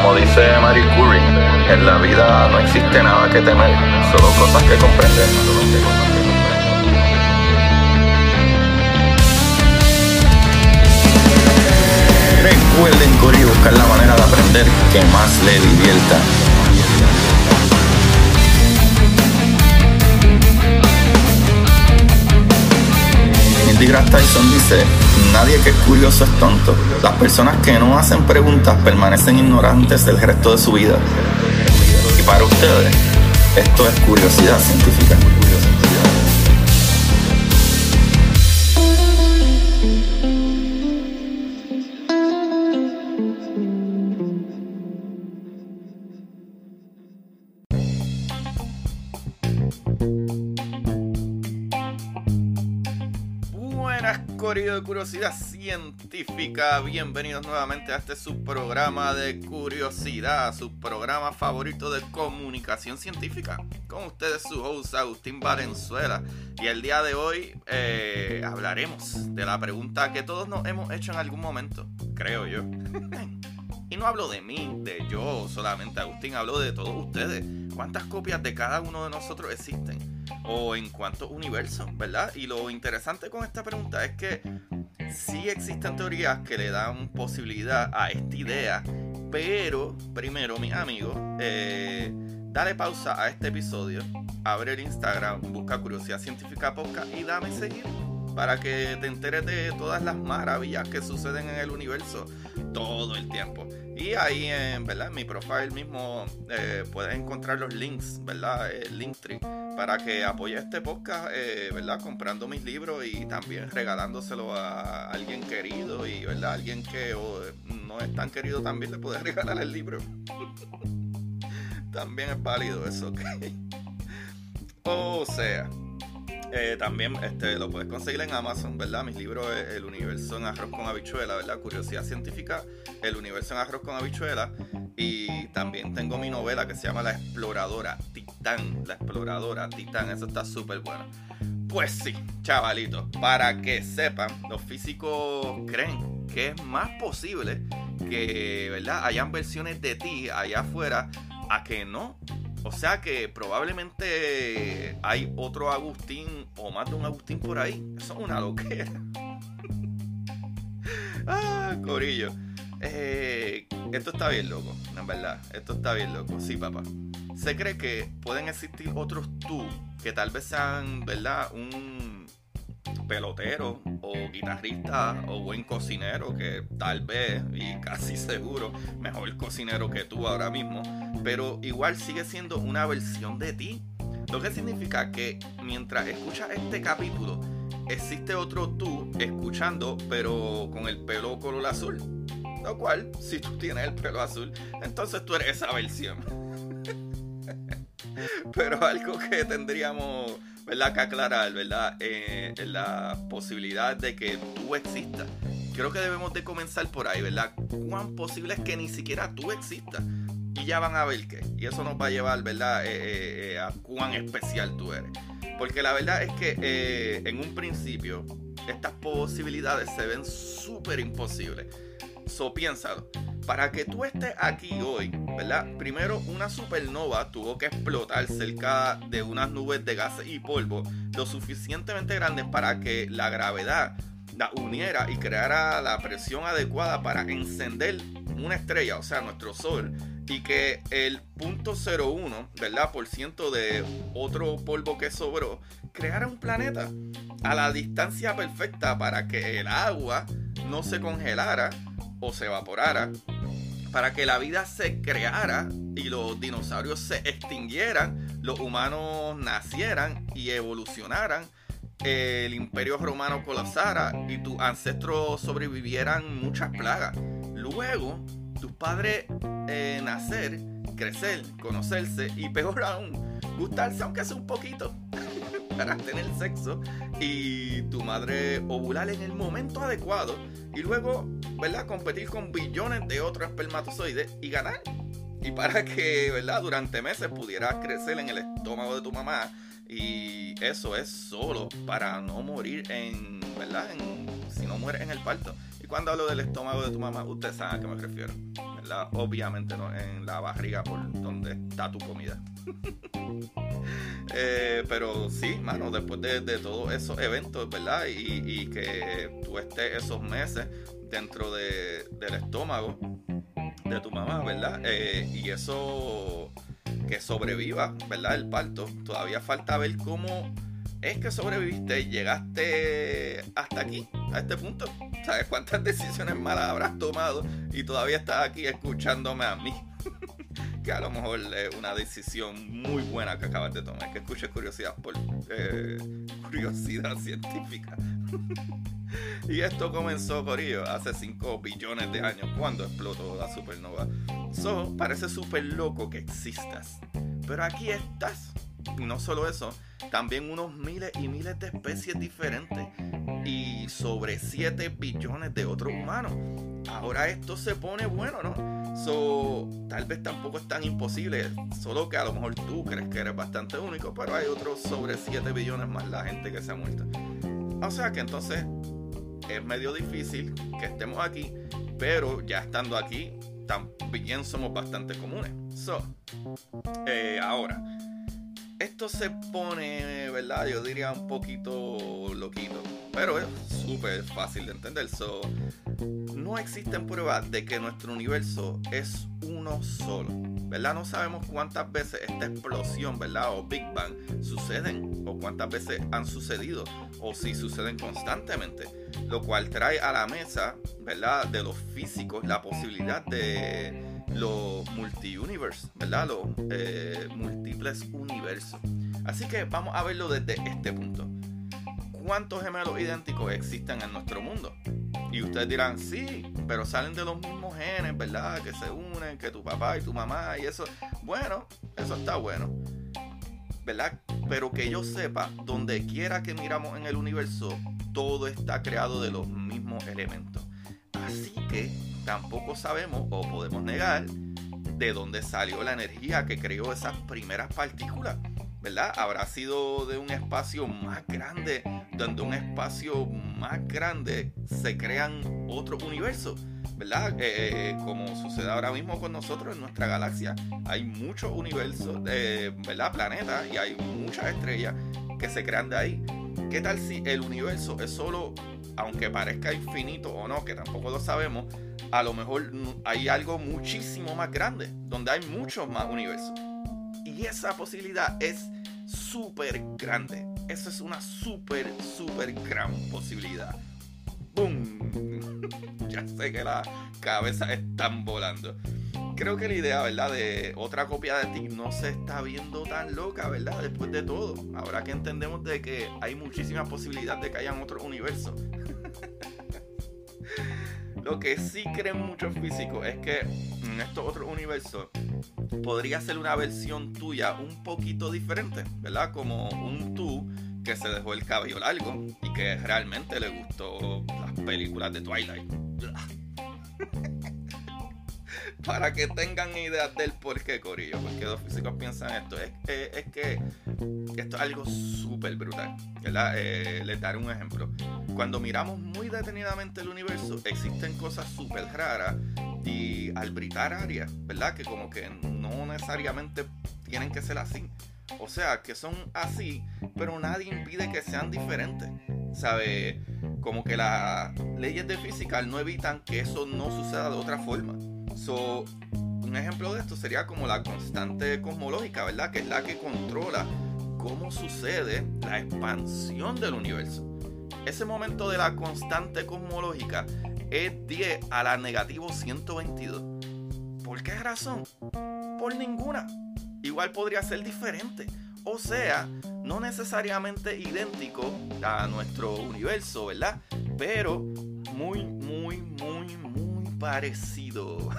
Como dice Marie Curie, en la vida no existe nada que temer, solo cosas que comprender. Recuerden correr y buscar la manera de aprender que más le divierta. Neil deGrasse Tyson dice: nadie que es curioso es tonto. Las personas que no hacen preguntas permanecen ignorantes el resto de su vida. Y para ustedes, esto es curiosidad científica. Corillo de Curiosidad Científica, bienvenidos nuevamente a este subprograma de curiosidad, su programa favorito de comunicación científica. Con ustedes su host Agustín Valenzuela, y el día de hoy hablaremos de la pregunta que todos nos hemos hecho en algún momento, creo yo. Y no hablo de mí, de yo solamente, Agustín, hablo de todos ustedes. ¿Cuántas copias de cada uno de nosotros existen? ¿O en cuántos universos, verdad? Y lo interesante con esta pregunta es que sí existen teorías que le dan posibilidad a esta idea, pero primero, mis amigos, dale pausa a este episodio, abre el Instagram, busca Curiosidad Científica Podcast y dame seguir para que te enteres de todas las maravillas que suceden en el universo todo el tiempo. Y ahí en mi profile mismo puedes encontrar los links, ¿verdad? El Linktree, para que apoyes este podcast, ¿verdad? Comprando mis libros y también regalándoselo a alguien querido, y ¿verdad? Alguien que no es tan querido también le puedes regalar el libro. También es válido eso, ¿ok? O sea, también lo puedes conseguir en Amazon, ¿verdad? Mis libros, El universo en arroz con habichuela, ¿verdad? Curiosidad científica, El universo en arroz con habichuela. Y también tengo mi novela que se llama La exploradora Titán. La exploradora Titán, eso está súper bueno. Pues sí, chavalitos, para que sepan, los físicos creen que es más posible que, ¿verdad?, hayan versiones de ti allá afuera a que no. O sea que probablemente hay otro Agustín o más de un Agustín por ahí. Eso es una loquera. Corillo. Esto está bien loco, en verdad. Esto está bien loco, sí, papá. Se cree que pueden existir otros tú que tal vez sean, ¿verdad?, un pelotero o guitarrista o buen cocinero, que tal vez, y casi seguro, mejor cocinero que tú ahora mismo, pero igual sigue siendo una versión de ti. Lo que significa que mientras escuchas este capítulo, existe otro tú escuchando, pero con el pelo color azul. Lo cual, si tú tienes el pelo azul, entonces tú eres esa versión. Pero algo que tendríamos, ¿verdad?, que aclarar, ¿verdad?, la posibilidad de que tú existas. Creo que debemos de comenzar por ahí, ¿verdad? ¿Cuán posible es que ni siquiera tú existas? Y ya van a ver qué. Y eso nos va a llevar, ¿verdad?, a cuán especial tú eres. Porque la verdad es que en un principio estas posibilidades se ven súper imposibles. So, piénsalo. Para que tú estés aquí hoy, ¿verdad? Primero, una supernova tuvo que explotar cerca de unas nubes de gases y polvo lo suficientemente grandes para que la gravedad la uniera y creara la presión adecuada para encender una estrella, o sea, nuestro Sol, y que el 0.01, ¿verdad?, por ciento de otro polvo que sobró creara un planeta a la distancia perfecta para que el agua no se congelara o se evaporara, para que la vida se creara y los dinosaurios se extinguieran, los humanos nacieran y evolucionaran, el imperio romano colapsara y tus ancestros sobrevivieran muchas plagas. Luego, tus padres nacer, crecer, conocerse y, peor aún, gustarse aunque sea un poquito para tener sexo, y tu madre ovular en el momento adecuado y luego, ¿verdad?, competir con billones de otros espermatozoides y ganar. Y para que, ¿verdad?, durante meses pudieras crecer en el estómago de tu mamá, y eso es solo para no morir si no mueres en el parto. Y cuando hablo del estómago de tu mamá, ustedes saben a qué me refiero. ¿verdad? Obviamente no en la barriga por donde está tu comida. Pero sí, mano, después de todos esos eventos, ¿verdad? Y que tú estés esos meses dentro del estómago de tu mamá, ¿verdad? Y eso, que sobreviva, ¿verdad? El parto, todavía falta ver cómo es que sobreviviste, llegaste hasta aquí, a este punto. ¿Sabes cuántas decisiones malas habrás tomado y todavía estás aquí escuchándome a mí? Que a lo mejor es una decisión muy buena que acabas de tomar, que escuches curiosidad por curiosidad científica. Y esto comenzó, corillo, hace 5 billones de años, cuando explotó la supernova. Parece súper loco que existas, pero aquí estás. Y no solo eso, también unos miles y miles de especies diferentes y sobre 7 billones de otros humanos. Ahora esto se pone bueno, ¿no? Tal vez tampoco es tan imposible, solo que a lo mejor tú crees que eres bastante único, pero hay otros sobre 7 billones más la gente que se ha muerto. O sea que entonces es medio difícil que estemos aquí, pero ya estando aquí también somos bastante comunes. Ahora, esto se pone, ¿verdad? Yo diría un poquito loquito, pero es súper fácil de entender. No existen pruebas de que nuestro universo es uno solo, ¿verdad? No sabemos cuántas veces esta explosión, ¿verdad? O Big Bang suceden, o cuántas veces han sucedido, o si suceden constantemente, lo cual trae a la mesa, ¿verdad? De los físicos la posibilidad de los multi-universe, ¿verdad? Los múltiples universos. Así que vamos a verlo desde este punto. ¿Cuántos gemelos idénticos existen en nuestro mundo? Y ustedes dirán, sí, pero salen de los mismos genes, ¿verdad? Que se unen, que tu papá y tu mamá y eso. Bueno, eso está bueno, ¿verdad? Pero que yo sepa, donde quiera que miramos en el universo, todo está creado de los mismos elementos. Así que tampoco sabemos o podemos negar de dónde salió la energía que creó esas primeras partículas, ¿verdad? Habrá sido de un espacio más grande, donde un espacio más grande se crean otros universos, ¿verdad? Como sucede ahora mismo con nosotros en nuestra galaxia. Hay muchos universos, ¿verdad? Planetas, y hay muchas estrellas que se crean de ahí. ¿Qué tal si el universo es solo, aunque parezca infinito o no, que tampoco lo sabemos, a lo mejor hay algo muchísimo más grande, donde hay muchos más universos? Y esa posibilidad es súper grande. Esa es una súper gran posibilidad. ¡Boom! Ya sé que las cabezas están volando. Creo que la idea, ¿verdad?, de otra copia de ti no se está viendo tan loca, ¿verdad? Después de todo, ahora que entendemos de que hay muchísimas posibilidades de que hayan otros universos. Lo que sí creen muchos físicos es que en estos otros universos podría ser una versión tuya un poquito diferente, ¿verdad? Como un tú que se dejó el cabello largo y que realmente le gustó las películas de Twilight. Para que tengan ideas del por qué, corillo, porque los físicos piensan esto. Es que esto es algo súper brutal, ¿verdad? Les daré un ejemplo. Cuando miramos muy detenidamente el universo, existen cosas súper raras y arbitrarias, ¿verdad? Que como que no necesariamente tienen que ser así. O sea, que son así, pero nadie impide que sean diferentes, ¿sabe? Como que las leyes de física no evitan que eso no suceda de otra forma. Un ejemplo de esto sería como la constante cosmológica, ¿verdad? Que es la que controla cómo sucede la expansión del universo. Ese momento de la constante cosmológica es 10 a la negativo 122. ¿Por qué razón? Por ninguna. Igual podría ser diferente. O sea, no necesariamente idéntico a nuestro universo, ¿verdad? Pero muy parecido.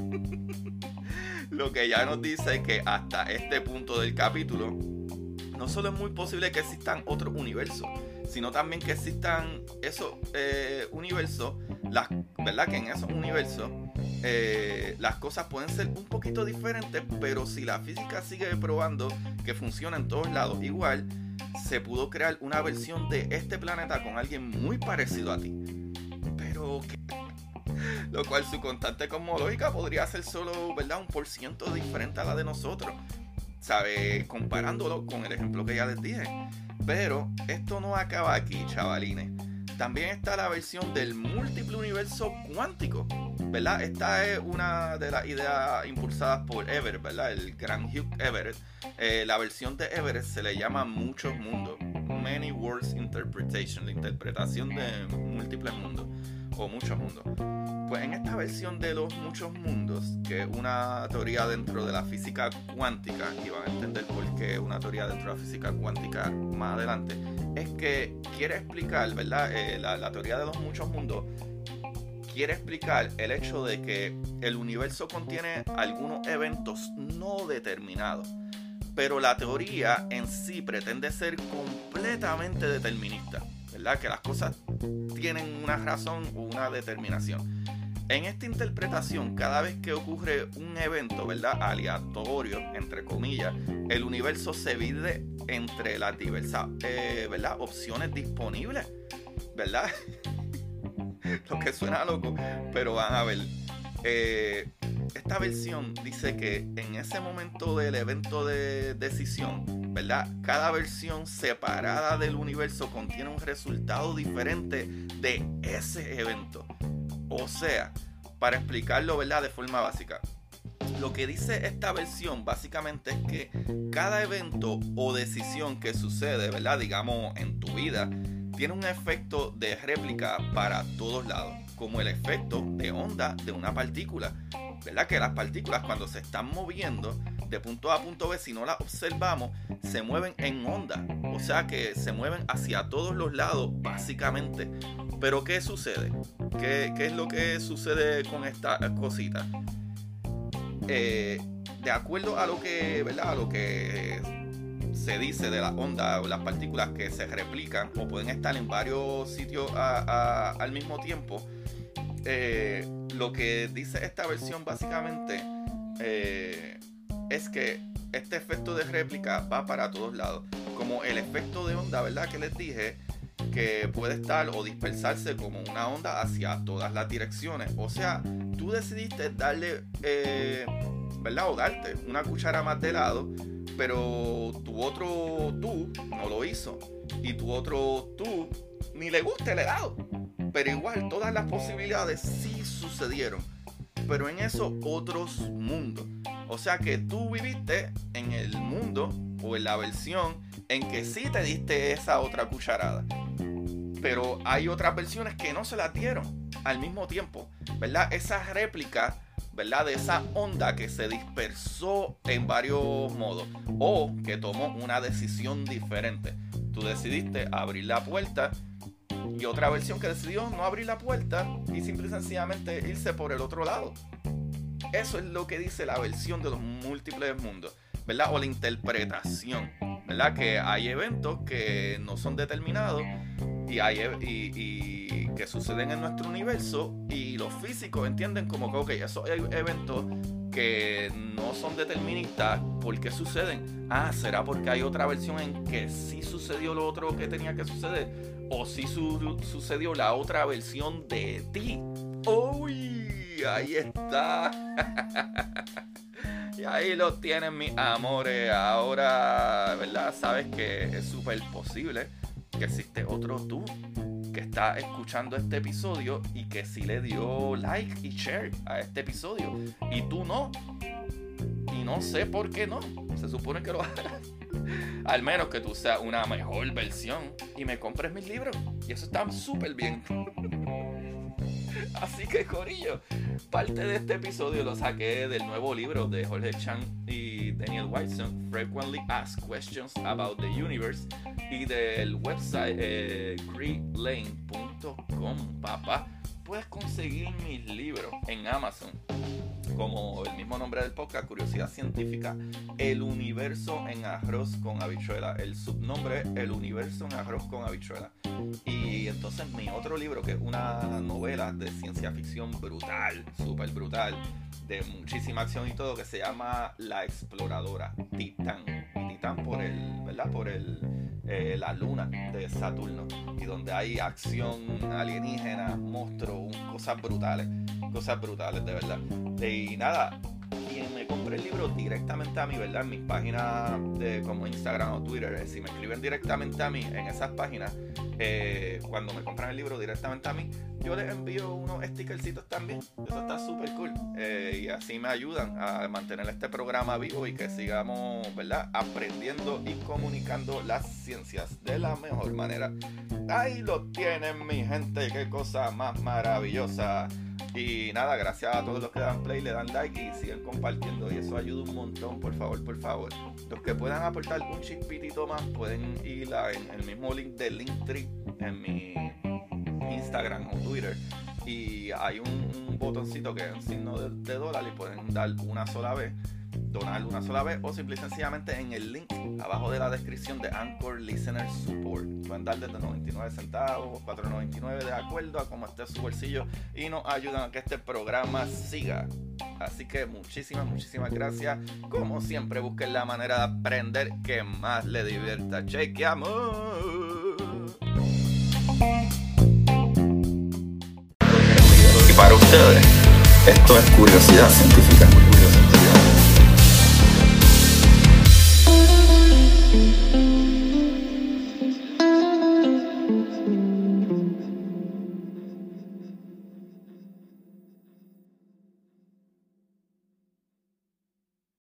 Lo que ya nos dice que hasta este punto del capítulo no solo es muy posible que existan otros universos, sino también que existan esos universos, ¿verdad? Que en esos universos las cosas pueden ser un poquito diferentes, pero si la física sigue probando que funciona en todos lados igual, se pudo crear una versión de este planeta con alguien muy parecido a ti. Pero Lo cual su constante cosmológica podría ser solo, ¿verdad?, 1% diferente a la de nosotros, ¿sabe? Comparándolo con el ejemplo que ya les dije. Pero esto no acaba aquí, chavalines. También está la versión del múltiple universo cuántico, ¿verdad? Esta es una de las ideas impulsadas por Everett, ¿verdad? El gran Hugh Everett. La versión de Everett se le llama muchos mundos, Many Worlds Interpretation, la interpretación de múltiples mundos o muchos mundos. Pues en esta versión de los muchos mundos, que es una teoría dentro de la física cuántica, y van a entender por qué es una teoría dentro de la física cuántica más adelante, es que quiere explicar, ¿verdad? La teoría de los muchos mundos quiere explicar el hecho de que el universo contiene algunos eventos no determinados, pero la teoría en sí pretende ser completamente determinista, ¿verdad? Que las cosas tienen una razón o una determinación. En esta interpretación, cada vez que ocurre un evento, ¿verdad?, aleatorio, entre comillas, el universo se divide entre las diversas, ¿verdad?, opciones disponibles, ¿verdad? Lo que suena loco, pero van a ver. Esta versión dice que en ese momento del evento de decisión, ¿verdad?, cada versión separada del universo contiene un resultado diferente de ese evento. O sea, para explicarlo, ¿verdad?, de forma básica, lo que dice esta versión básicamente es que cada evento o decisión que sucede, ¿verdad?, digamos en tu vida, tiene un efecto de réplica para todos lados, como el efecto de onda de una partícula, ¿verdad? Que las partículas, cuando se están moviendo de punto A a punto B, si no las observamos, se mueven en onda, o sea que se mueven hacia todos los lados básicamente. Pero ¿qué sucede? ¿Qué es lo que sucede con esta cosita? De acuerdo a lo que, ¿verdad?, a lo que se dice de las ondas o las partículas que se replican o pueden estar en varios sitios al mismo tiempo, lo que dice esta versión básicamente es que este efecto de réplica va para todos lados, como el efecto de onda, ¿verdad?, que les dije, que puede estar o dispersarse como una onda hacia todas las direcciones. O sea, tú decidiste darle, ¿verdad?, o darte una cuchara más de helado, pero tu otro tú no lo hizo, y tu otro tú ni le gusta el helado, pero igual todas las posibilidades sí sucedieron, pero en esos otros mundos. O sea que tú viviste en el mundo o en la versión en que sí te diste esa otra cucharada, pero hay otras versiones que no se las dieron al mismo tiempo, ¿verdad? Esa réplica, ¿verdad?, de esa onda que se dispersó en varios modos o que tomó una decisión diferente. Tú decidiste abrir la puerta y otra versión que decidió no abrir la puerta y simple y sencillamente irse por el otro lado. Eso es lo que dice la versión de los múltiples mundos, ¿verdad? O la interpretación, ¿verdad? Que hay eventos que no son determinados y que suceden en nuestro universo, y los físicos entienden como que, ok, esos eventos que no son deterministas, ¿por qué suceden? ¿Será porque hay otra versión en que sí sucedió lo otro que tenía que suceder? ¿O sí sucedió la otra versión de ti? ¡Uy! Ahí está. Y ahí lo tienen, mis amores. Ahora, ¿verdad? Sabes que es súper posible que existe otro tú que está escuchando este episodio y que sí le dio like y share a este episodio, y tú no. Y no sé por qué no. Se supone que lo hagas. Al menos que tú seas una mejor versión y me compres mis libros, y eso está súper bien. Así que, corillo, parte de este episodio lo saqué del nuevo libro de Jorge Chang y Daniel Whiteson, Frequently Asked Questions About the Universe, y del website creelane.com. Papá, puedes conseguir mis libros en Amazon, como el mismo nombre del podcast, Curiosidad Científica, El Universo en Arroz con Habichuela. El subnombre, El Universo en Arroz con Habichuela. Y entonces mi otro libro, que es una novela de ciencia ficción brutal, súper brutal, de muchísima acción y todo, que se llama La Exploradora, Titán. Y Titán por el, ¿verdad?, por el la luna de Saturno, y donde hay acción alienígena, monstruos, cosas brutales de verdad. Y nada, quien me compre el libro directamente a mí, ¿verdad? En mis páginas como Instagram o Twitter, si me escriben directamente a mí en esas páginas, cuando me compran el libro directamente a mí, yo les envío unos stickercitos también. Eso está súper cool, y así me ayudan a mantener este programa vivo y que sigamos, ¿verdad?, aprendiendo y comunicando las ciencias de la mejor manera. Ahí lo tienen, mi gente, qué cosa más maravillosa. Y nada, gracias a todos los que dan play, le dan like y siguen compartiendo, y eso ayuda un montón. Por favor, los que puedan aportar un chispitito más pueden ir en el mismo link de Linktree en mi Instagram o Twitter, y hay un botoncito que es un signo de dólar, y pueden donar una sola vez, o simple y sencillamente en el link abajo de la descripción de Anchor Listener Support. Pueden dar desde 99 centavos, 4.99, de acuerdo a cómo esté su bolsillo, y nos ayudan a que este programa siga. Así que muchísimas gracias. Como siempre, busquen la manera de aprender que más le divierta. Chequeamos. Y para ustedes, esto es Curiosidad Científica.